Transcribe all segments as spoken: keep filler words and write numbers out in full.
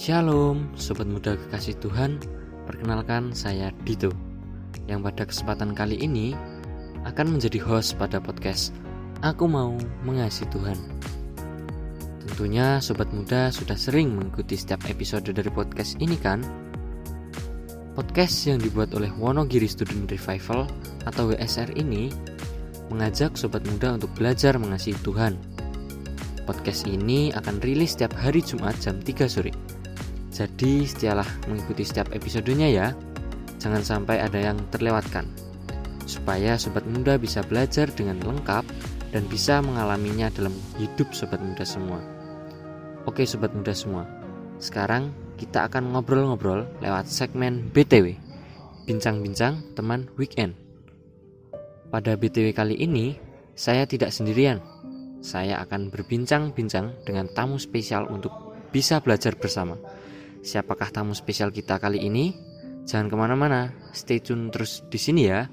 Shalom, Sobat Muda Kekasih Tuhan. Perkenalkan, saya Dito, yang pada kesempatan kali ini akan menjadi host pada podcast Aku Mau Mengasihi Tuhan. Tentunya Sobat Muda sudah sering mengikuti setiap episode dari podcast ini kan? Podcast yang dibuat oleh Wonogiri Student Revival atau W S R ini mengajak Sobat Muda untuk belajar mengasihi Tuhan. Podcast ini akan rilis setiap hari Jumat jam tiga sore. Jadi setialah mengikuti setiap episodenya ya. Jangan sampai ada yang terlewatkan, supaya Sobat Muda bisa belajar dengan lengkap dan bisa mengalaminya dalam hidup Sobat Muda semua. Oke Sobat Muda semua, sekarang kita akan ngobrol-ngobrol lewat segmen B T W, Bincang-bincang Teman Weekend. Pada B T W kali ini, saya tidak sendirian. Saya akan berbincang-bincang dengan tamu spesial untuk bisa belajar bersama. Siapakah tamu spesial kita kali ini? Jangan kemana-mana, stay tune terus di sini ya.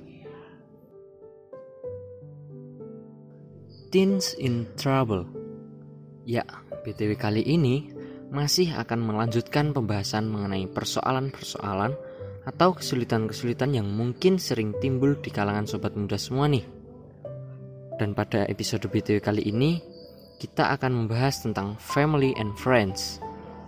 Teens in Trouble. Ya, B T W kali ini masih akan melanjutkan pembahasan mengenai persoalan-persoalan atau kesulitan-kesulitan yang mungkin sering timbul di kalangan Sobat Muda semua nih. Dan pada episode B T W kali ini, kita akan membahas tentang family and friends.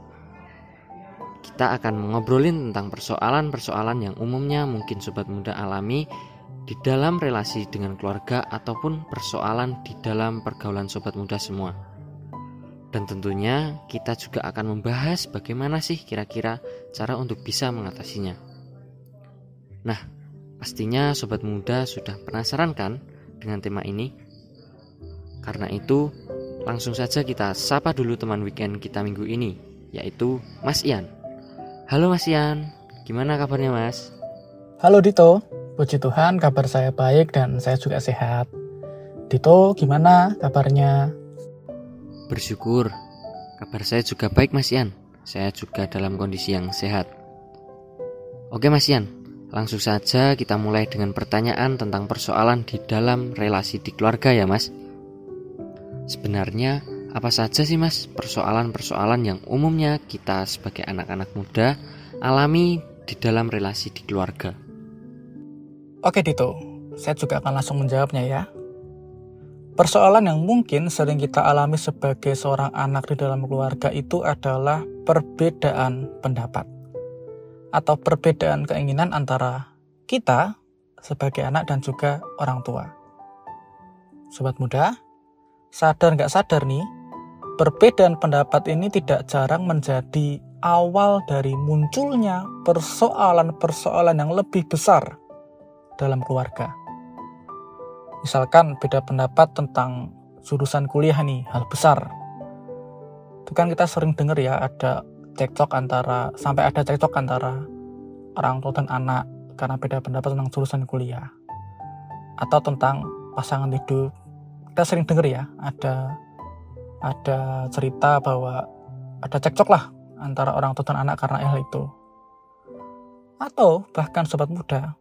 Kita akan ngobrolin tentang persoalan-persoalan yang umumnya mungkin Sobat Muda alami di dalam relasi dengan keluarga ataupun persoalan di dalam pergaulan Sobat Muda semua. Dan tentunya kita juga akan membahas bagaimana sih kira-kira cara untuk bisa mengatasinya. Nah, pastinya Sobat Muda sudah penasaran kan dengan tema ini? Karena itu, langsung saja kita sapa dulu teman weekend kita minggu ini, yaitu Mas Ian. Halo Mas Ian, gimana kabarnya Mas? Halo Dito, puji Tuhan kabar saya baik dan saya juga sehat. Dito, gimana kabarnya? Bersyukur, kabar saya juga baik Mas Ian. Saya juga dalam kondisi yang sehat. Oke Mas Ian, langsung saja kita mulai dengan pertanyaan tentang persoalan di dalam relasi di keluarga ya Mas. Sebenarnya apa saja sih Mas persoalan-persoalan yang umumnya kita sebagai anak-anak muda alami di dalam relasi di keluarga? Oke Dito, saya juga akan langsung menjawabnya ya. Persoalan yang mungkin sering kita alami sebagai seorang anak di dalam keluarga itu adalah perbedaan pendapat atau perbedaan keinginan antara kita sebagai anak dan juga orang tua. Sobat muda, sadar nggak sadar nih, perbedaan pendapat ini tidak jarang menjadi awal dari munculnya persoalan-persoalan yang lebih besar dalam keluarga. Misalkan beda pendapat tentang jurusan kuliah nih, hal besar. Itu kan kita sering dengar ya, ada cekcok antara, sampai ada cekcok antara orang tua dan anak karena beda pendapat tentang jurusan kuliah. Atau tentang pasangan hidup. Kita sering dengar ya, ada ada cerita bahwa ada cekcok lah antara orang tua dan anak karena hal itu. Atau bahkan sobat muda,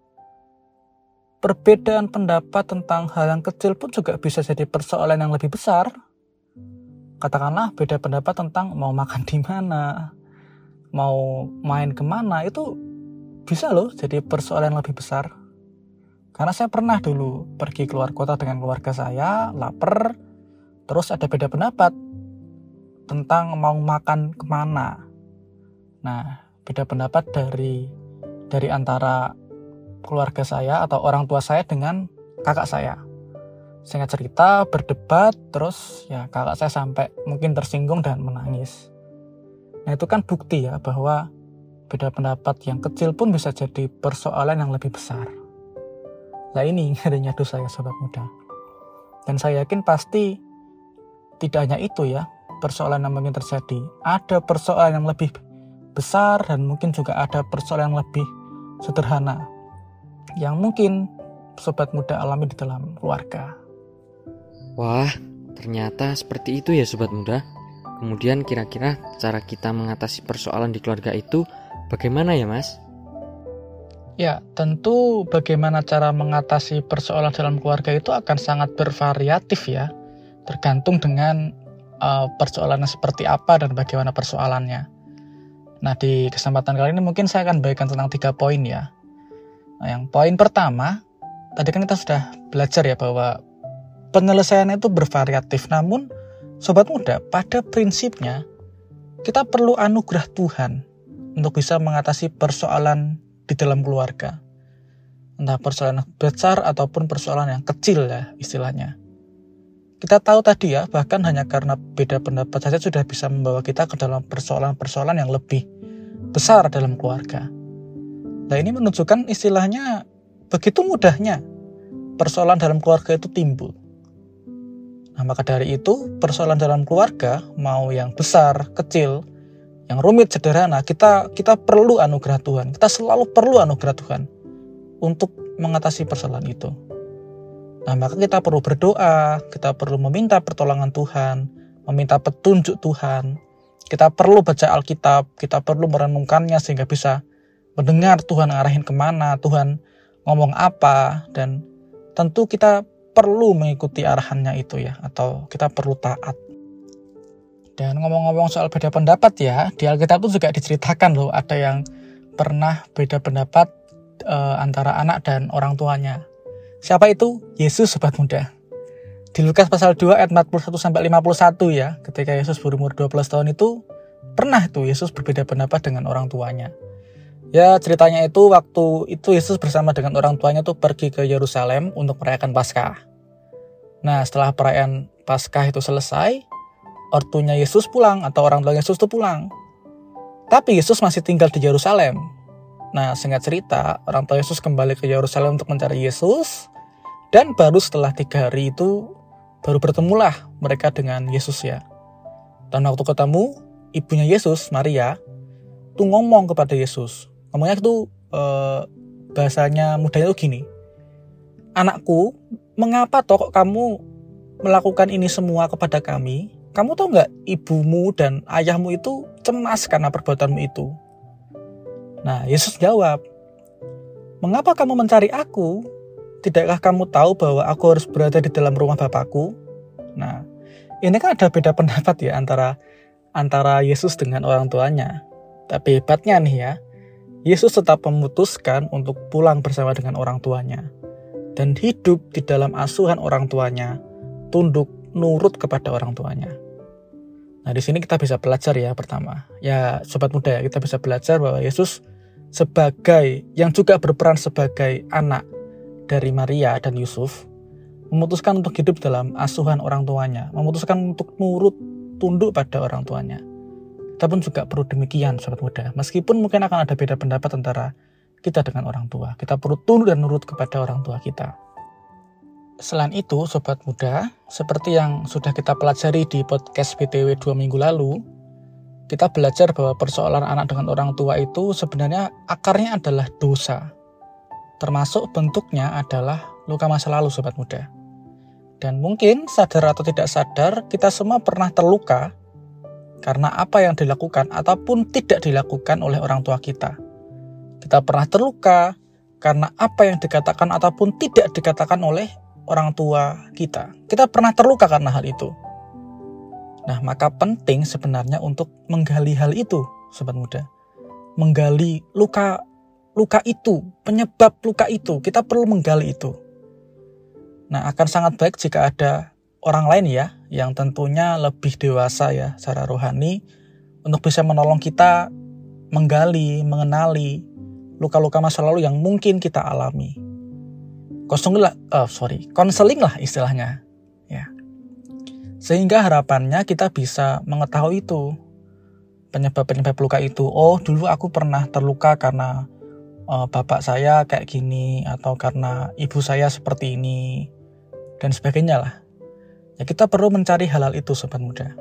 perbedaan pendapat tentang hal yang kecil pun juga bisa jadi persoalan yang lebih besar. Katakanlah beda pendapat tentang mau makan di mana, mau main kemana, itu bisa loh jadi persoalan yang lebih besar. Karena saya pernah dulu pergi keluar kota dengan keluarga saya, lapar, terus ada beda pendapat tentang mau makan kemana. Nah, beda pendapat dari dari antara keluarga saya atau orang tua saya dengan kakak saya. Singkat cerita, berdebat, terus ya kakak saya sampai mungkin tersinggung dan menangis. Nah, itu kan bukti ya bahwa beda pendapat yang kecil pun bisa jadi persoalan yang lebih besar. Nah ini ngerinya dosa ya sobat muda. Dan saya yakin pasti tidak hanya itu ya persoalan yang mungkin terjadi. Ada persoalan yang lebih besar dan mungkin juga ada persoalan yang lebih sederhana yang mungkin sobat muda alami di dalam keluarga. Wah, ternyata seperti itu ya sobat muda. Kemudian kira-kira cara kita mengatasi persoalan di keluarga itu bagaimana ya Mas? Ya, tentu bagaimana cara mengatasi persoalan dalam keluarga itu akan sangat bervariatif ya. Tergantung dengan uh, persoalannya seperti apa dan bagaimana persoalannya. Nah, di kesempatan kali ini mungkin saya akan bagikan tentang tiga poin ya. Nah, yang poin pertama, tadi kan kita sudah belajar ya bahwa penyelesaiannya itu bervariatif. Namun, sobat muda, pada prinsipnya kita perlu anugerah Tuhan untuk bisa mengatasi persoalan di dalam keluarga. Entah persoalan yang besar ataupun persoalan yang kecil ya istilahnya. Kita tahu tadi ya, bahkan hanya karena beda pendapat saja sudah bisa membawa kita ke dalam persoalan-persoalan yang lebih besar dalam keluarga. Nah, ini menunjukkan istilahnya begitu mudahnya persoalan dalam keluarga itu timbul. Nah, maka dari itu persoalan dalam keluarga, mau yang besar, kecil, yang rumit, sederhana, kita kita perlu anugerah Tuhan. Kita selalu perlu anugerah Tuhan untuk mengatasi persoalan itu. Nah, maka kita perlu berdoa, kita perlu meminta pertolongan Tuhan, meminta petunjuk Tuhan. Kita perlu baca Alkitab, kita perlu merenungkannya sehingga bisa mendengar Tuhan ngarahin kemana, Tuhan ngomong apa, dan tentu kita perlu mengikuti arahannya itu ya, atau kita perlu taat. Dan ngomong-ngomong soal beda pendapat ya, di Alkitab itu juga diceritakan loh, ada yang pernah beda pendapat e, antara anak dan orang tuanya. Siapa itu? Yesus, sobat muda. Di Lukas pasal dua ayat empat puluh satu sampai lima puluh satu ya, ketika Yesus berumur dua belas tahun itu, pernah tuh Yesus berbeda pendapat dengan orang tuanya. Ya, ceritanya itu waktu itu Yesus bersama dengan orang tuanya tuh pergi ke Yerusalem untuk merayakan Paskah. Nah, setelah perayaan Paskah itu selesai, ortunya Yesus pulang atau orang tua Yesus tuh pulang. Tapi Yesus masih tinggal di Yerusalem. Nah, singkat cerita, orang tua Yesus kembali ke Yerusalem untuk mencari Yesus. Dan baru setelah tiga hari itu, baru bertemulah mereka dengan Yesus ya. Dan waktu ketemu, ibunya Yesus, Maria, tuh ngomong kepada Yesus. Ngomongnya itu, eh, bahasanya mudanya itu gini. Anakku, mengapa toh kok kamu melakukan ini semua kepada kami? Kamu tahu nggak, ibumu dan ayahmu itu cemas karena perbuatanmu itu. Nah, Yesus jawab, mengapa kamu mencari aku? Tidakkah kamu tahu bahwa aku harus berada di dalam rumah Bapakku? Nah, ini kan ada beda pendapat ya antara antara Yesus dengan orang tuanya. Tapi hebatnya nih ya, Yesus tetap memutuskan untuk pulang bersama dengan orang tuanya dan hidup di dalam asuhan orang tuanya, tunduk nurut kepada orang tuanya. Nah, di sini kita bisa belajar ya pertama. Ya, sobat muda ya, kita bisa belajar bahwa Yesus sebagai yang juga berperan sebagai anak dari Maria dan Yusuf, memutuskan untuk hidup dalam asuhan orang tuanya, memutuskan untuk nurut, tunduk pada orang tuanya. Kita pun juga perlu demikian, sobat muda. Meskipun mungkin akan ada beda pendapat antara kita dengan orang tua, kita perlu tunduk dan nurut kepada orang tua kita. Selain itu, sobat muda, seperti yang sudah kita pelajari di podcast B T W dua minggu lalu, kita belajar bahwa persoalan anak dengan orang tua itu sebenarnya akarnya adalah dosa. Termasuk bentuknya adalah luka masa lalu, sobat muda. Dan mungkin sadar atau tidak sadar, kita semua pernah terluka karena apa yang dilakukan ataupun tidak dilakukan oleh orang tua kita. Kita pernah terluka karena apa yang dikatakan ataupun tidak dikatakan oleh orang tua kita. Kita pernah terluka karena hal itu. Nah, maka penting sebenarnya untuk menggali hal itu, sobat muda. Menggali luka luka itu, penyebab luka itu, kita perlu menggali itu. Nah, akan sangat baik jika ada orang lain ya, yang tentunya lebih dewasa ya, secara rohani, untuk bisa menolong kita menggali, mengenali luka-luka masa lalu yang mungkin kita alami. Konseling lah, oh sorry, konseling lah istilahnya, ya. Sehingga harapannya kita bisa mengetahui itu, penyebab-penyebab luka itu. Oh, dulu aku pernah terluka karena Uh, bapak saya kayak gini, atau karena ibu saya seperti ini, dan sebagainya lah. Ya, kita perlu mencari hal-hal itu, sobat muda.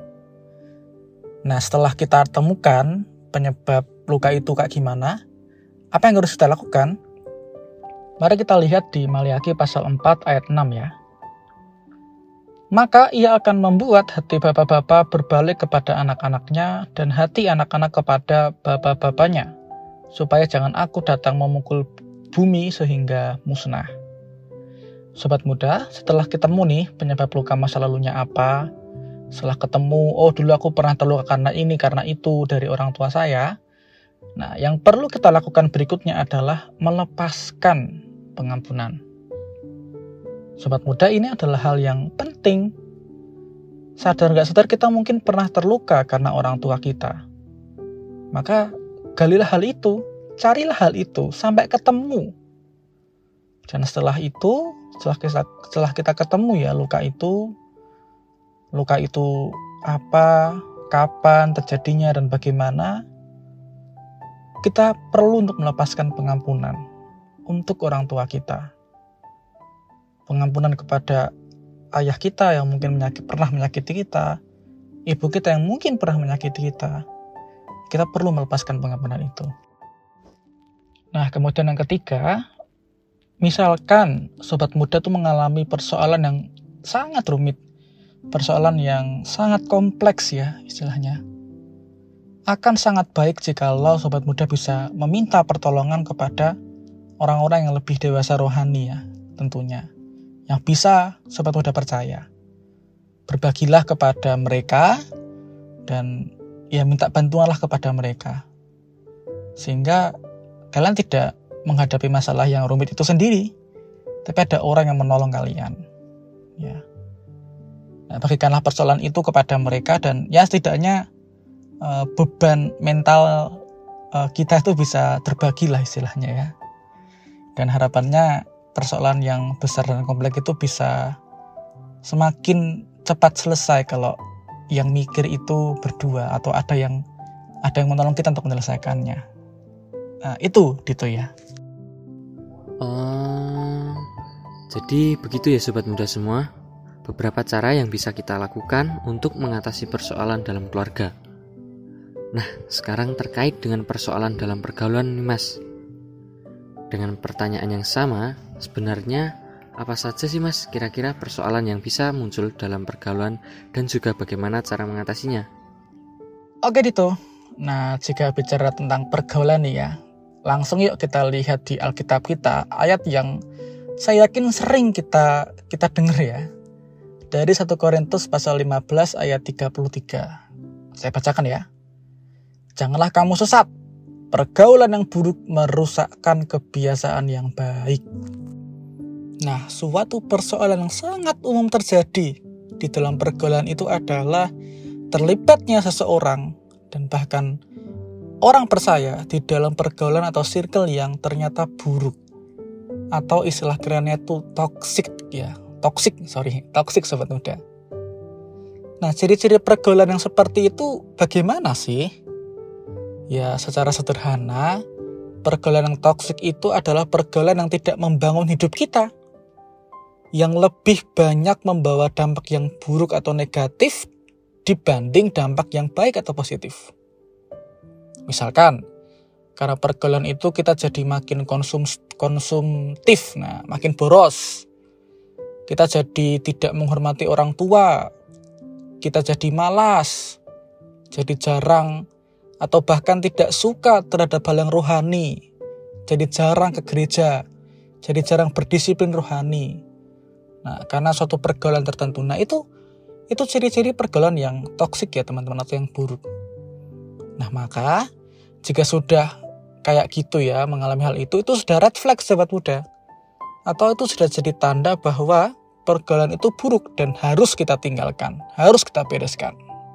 Nah, setelah kita temukan penyebab luka itu kayak gimana, apa yang harus kita lakukan? Mari kita lihat di Maliaki pasal empat ayat enam ya. Maka ia akan membuat hati bapak-bapak berbalik kepada anak-anaknya dan hati anak-anak kepada bapak-bapaknya, supaya jangan aku datang memukul bumi sehingga musnah. Sobat muda, setelah ketemu nih penyebab luka masa lalunya apa, setelah ketemu, oh dulu aku pernah terluka karena ini, karena itu dari orang tua saya, Nah, yang perlu kita lakukan berikutnya adalah melepaskan pengampunan. Sobat muda, ini adalah hal yang penting. Sadar gak sadar kita mungkin pernah terluka karena orang tua kita. Maka galilah hal itu, carilah hal itu sampai ketemu. Dan setelah itu, setelah kita, setelah kita ketemu ya luka itu, luka itu apa, kapan terjadinya dan bagaimana, kita perlu untuk melepaskan pengampunan untuk orang tua kita. Pengampunan kepada ayah kita yang mungkin menyakit, pernah menyakiti kita, ibu kita yang mungkin pernah menyakiti kita. Kita perlu melepaskan pengampunan itu. Nah, kemudian yang ketiga, misalkan sobat muda tuh mengalami persoalan yang sangat rumit, persoalan yang sangat kompleks ya istilahnya. Akan sangat baik jikalau sobat muda bisa meminta pertolongan kepada orang-orang yang lebih dewasa rohani ya tentunya. Yang bisa sobat muda percaya. Berbagilah kepada mereka dan ya minta bantuanlah kepada mereka. Sehingga kalian tidak menghadapi masalah yang rumit itu sendiri, tapi ada orang yang menolong kalian. Ya. Nah, bagikanlah persoalan itu kepada mereka dan ya setidaknya uh, beban mental uh, kita itu bisa terbagi lah istilahnya ya. Dan harapannya persoalan yang besar dan kompleks itu bisa semakin cepat selesai kalau yang mikir itu berdua atau ada yang ada yang menolong kita untuk menyelesaikannya. Nah, itu Dito ya. Oh, jadi begitu ya sobat muda semua. Beberapa cara yang bisa kita lakukan untuk mengatasi persoalan dalam keluarga. Nah, sekarang terkait dengan persoalan dalam pergaulan nih Mas. Dengan pertanyaan yang sama, sebenarnya apa saja sih Mas kira-kira persoalan yang bisa muncul dalam pergaulan dan juga bagaimana cara mengatasinya? Oke Dito, nah jika bicara tentang pergaulan nih ya, langsung yuk kita lihat di Alkitab kita ayat yang saya yakin sering kita kita dengar ya. Dari satu Korintus pasal lima belas ayat tiga puluh tiga. Saya bacakan ya. Janganlah kamu sesat. Pergaulan yang buruk merusakkan kebiasaan yang baik. Nah, suatu persoalan yang sangat umum terjadi di dalam pergaulan itu adalah terlibatnya seseorang dan bahkan orang percaya di dalam pergaulan atau circle yang ternyata buruk. Atau istilah kerennya itu toxic ya. Toxic, sorry, toxic sobat muda. Nah, ciri-ciri pergaulan yang seperti itu bagaimana sih? Ya, secara sederhana, pergaulan yang toksik itu adalah pergaulan yang tidak membangun hidup kita. Yang lebih banyak membawa dampak yang buruk atau negatif dibanding dampak yang baik atau positif. Misalkan, karena pergaulan itu kita jadi makin konsum, konsumtif, nah makin boros. Kita jadi tidak menghormati orang tua. Kita jadi malas. Jadi jarang atau bahkan tidak suka terhadap hal yang rohani. Jadi jarang ke gereja. Jadi jarang berdisiplin rohani. Nah, karena suatu pergaulan tertentu. Nah, itu itu ciri-ciri pergaulan yang toksik ya teman-teman, atau yang buruk. Nah, maka jika sudah kayak gitu ya, mengalami hal itu, itu sudah red flag sahabat muda. Atau itu sudah jadi tanda bahwa pergaulan itu buruk dan harus kita tinggalkan, harus kita bereskan.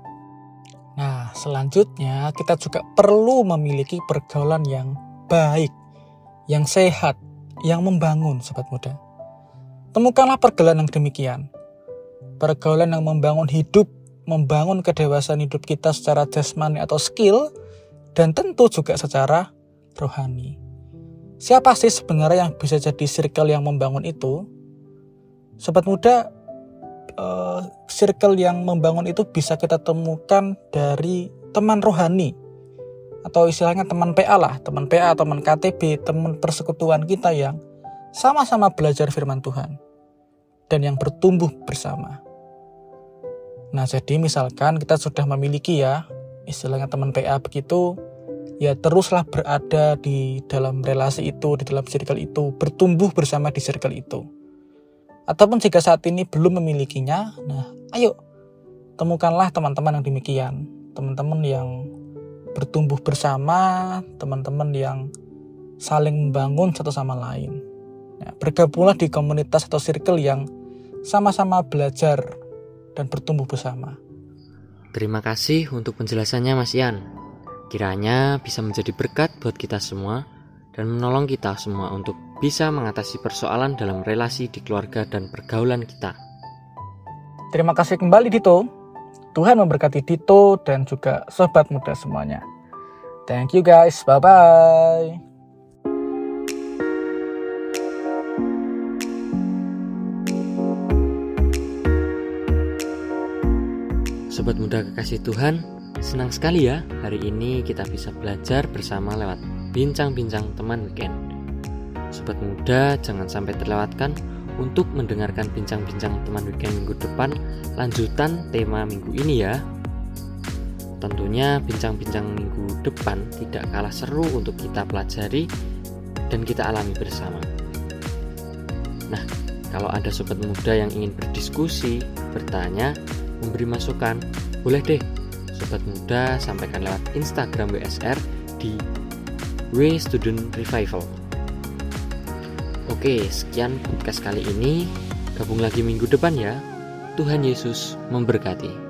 Nah, selanjutnya kita juga perlu memiliki pergaulan yang baik, yang sehat, yang membangun, sobat muda. Temukanlah pergaulan yang demikian. Pergaulan yang membangun hidup, membangun kedewasaan hidup kita secara jasmani atau skill, dan tentu juga secara rohani. Siapa sih sebenarnya yang bisa jadi circle yang membangun itu? Sobat muda, uh, circle yang membangun itu bisa kita temukan dari teman rohani. Atau istilahnya teman P A lah, teman P A, teman K T B, teman persekutuan kita yang sama-sama belajar firman Tuhan. Dan yang bertumbuh bersama. Nah, jadi misalkan kita sudah memiliki ya, istilahnya teman P A begitu, ya teruslah berada di dalam relasi itu, di dalam circle itu, bertumbuh bersama di circle itu. Ataupun jika saat ini belum memilikinya, nah ayo temukanlah teman-teman yang demikian. Teman-teman yang bertumbuh bersama, teman-teman yang saling membangun satu sama lain. Ya, bergabunglah di komunitas atau circle yang sama-sama belajar dan bertumbuh bersama. Terima kasih untuk penjelasannya Mas Ian. Kiranya bisa menjadi berkat buat kita semua dan menolong kita semua untuk bisa mengatasi persoalan dalam relasi di keluarga dan pergaulan kita. Terima kasih kembali Dito. Tuhan memberkati Dito dan juga sobat muda semuanya. Thank you guys. Bye-bye. Sobat muda kekasih Tuhan, senang sekali ya hari ini kita bisa belajar bersama lewat bincang-bincang teman weekend. Sobat muda jangan sampai terlewatkan untuk mendengarkan bincang-bincang teman weekend minggu depan lanjutan tema minggu ini ya. Tentunya bincang-bincang minggu depan tidak kalah seru untuk kita pelajari dan kita alami bersama. Nah, kalau ada sobat muda yang ingin berdiskusi, bertanya, memberi masukan, boleh deh sobat muda sampaikan lewat Instagram W S R di W Student Revival. Oke, sekian podcast kali ini. Gabung lagi minggu depan ya. Tuhan Yesus memberkati.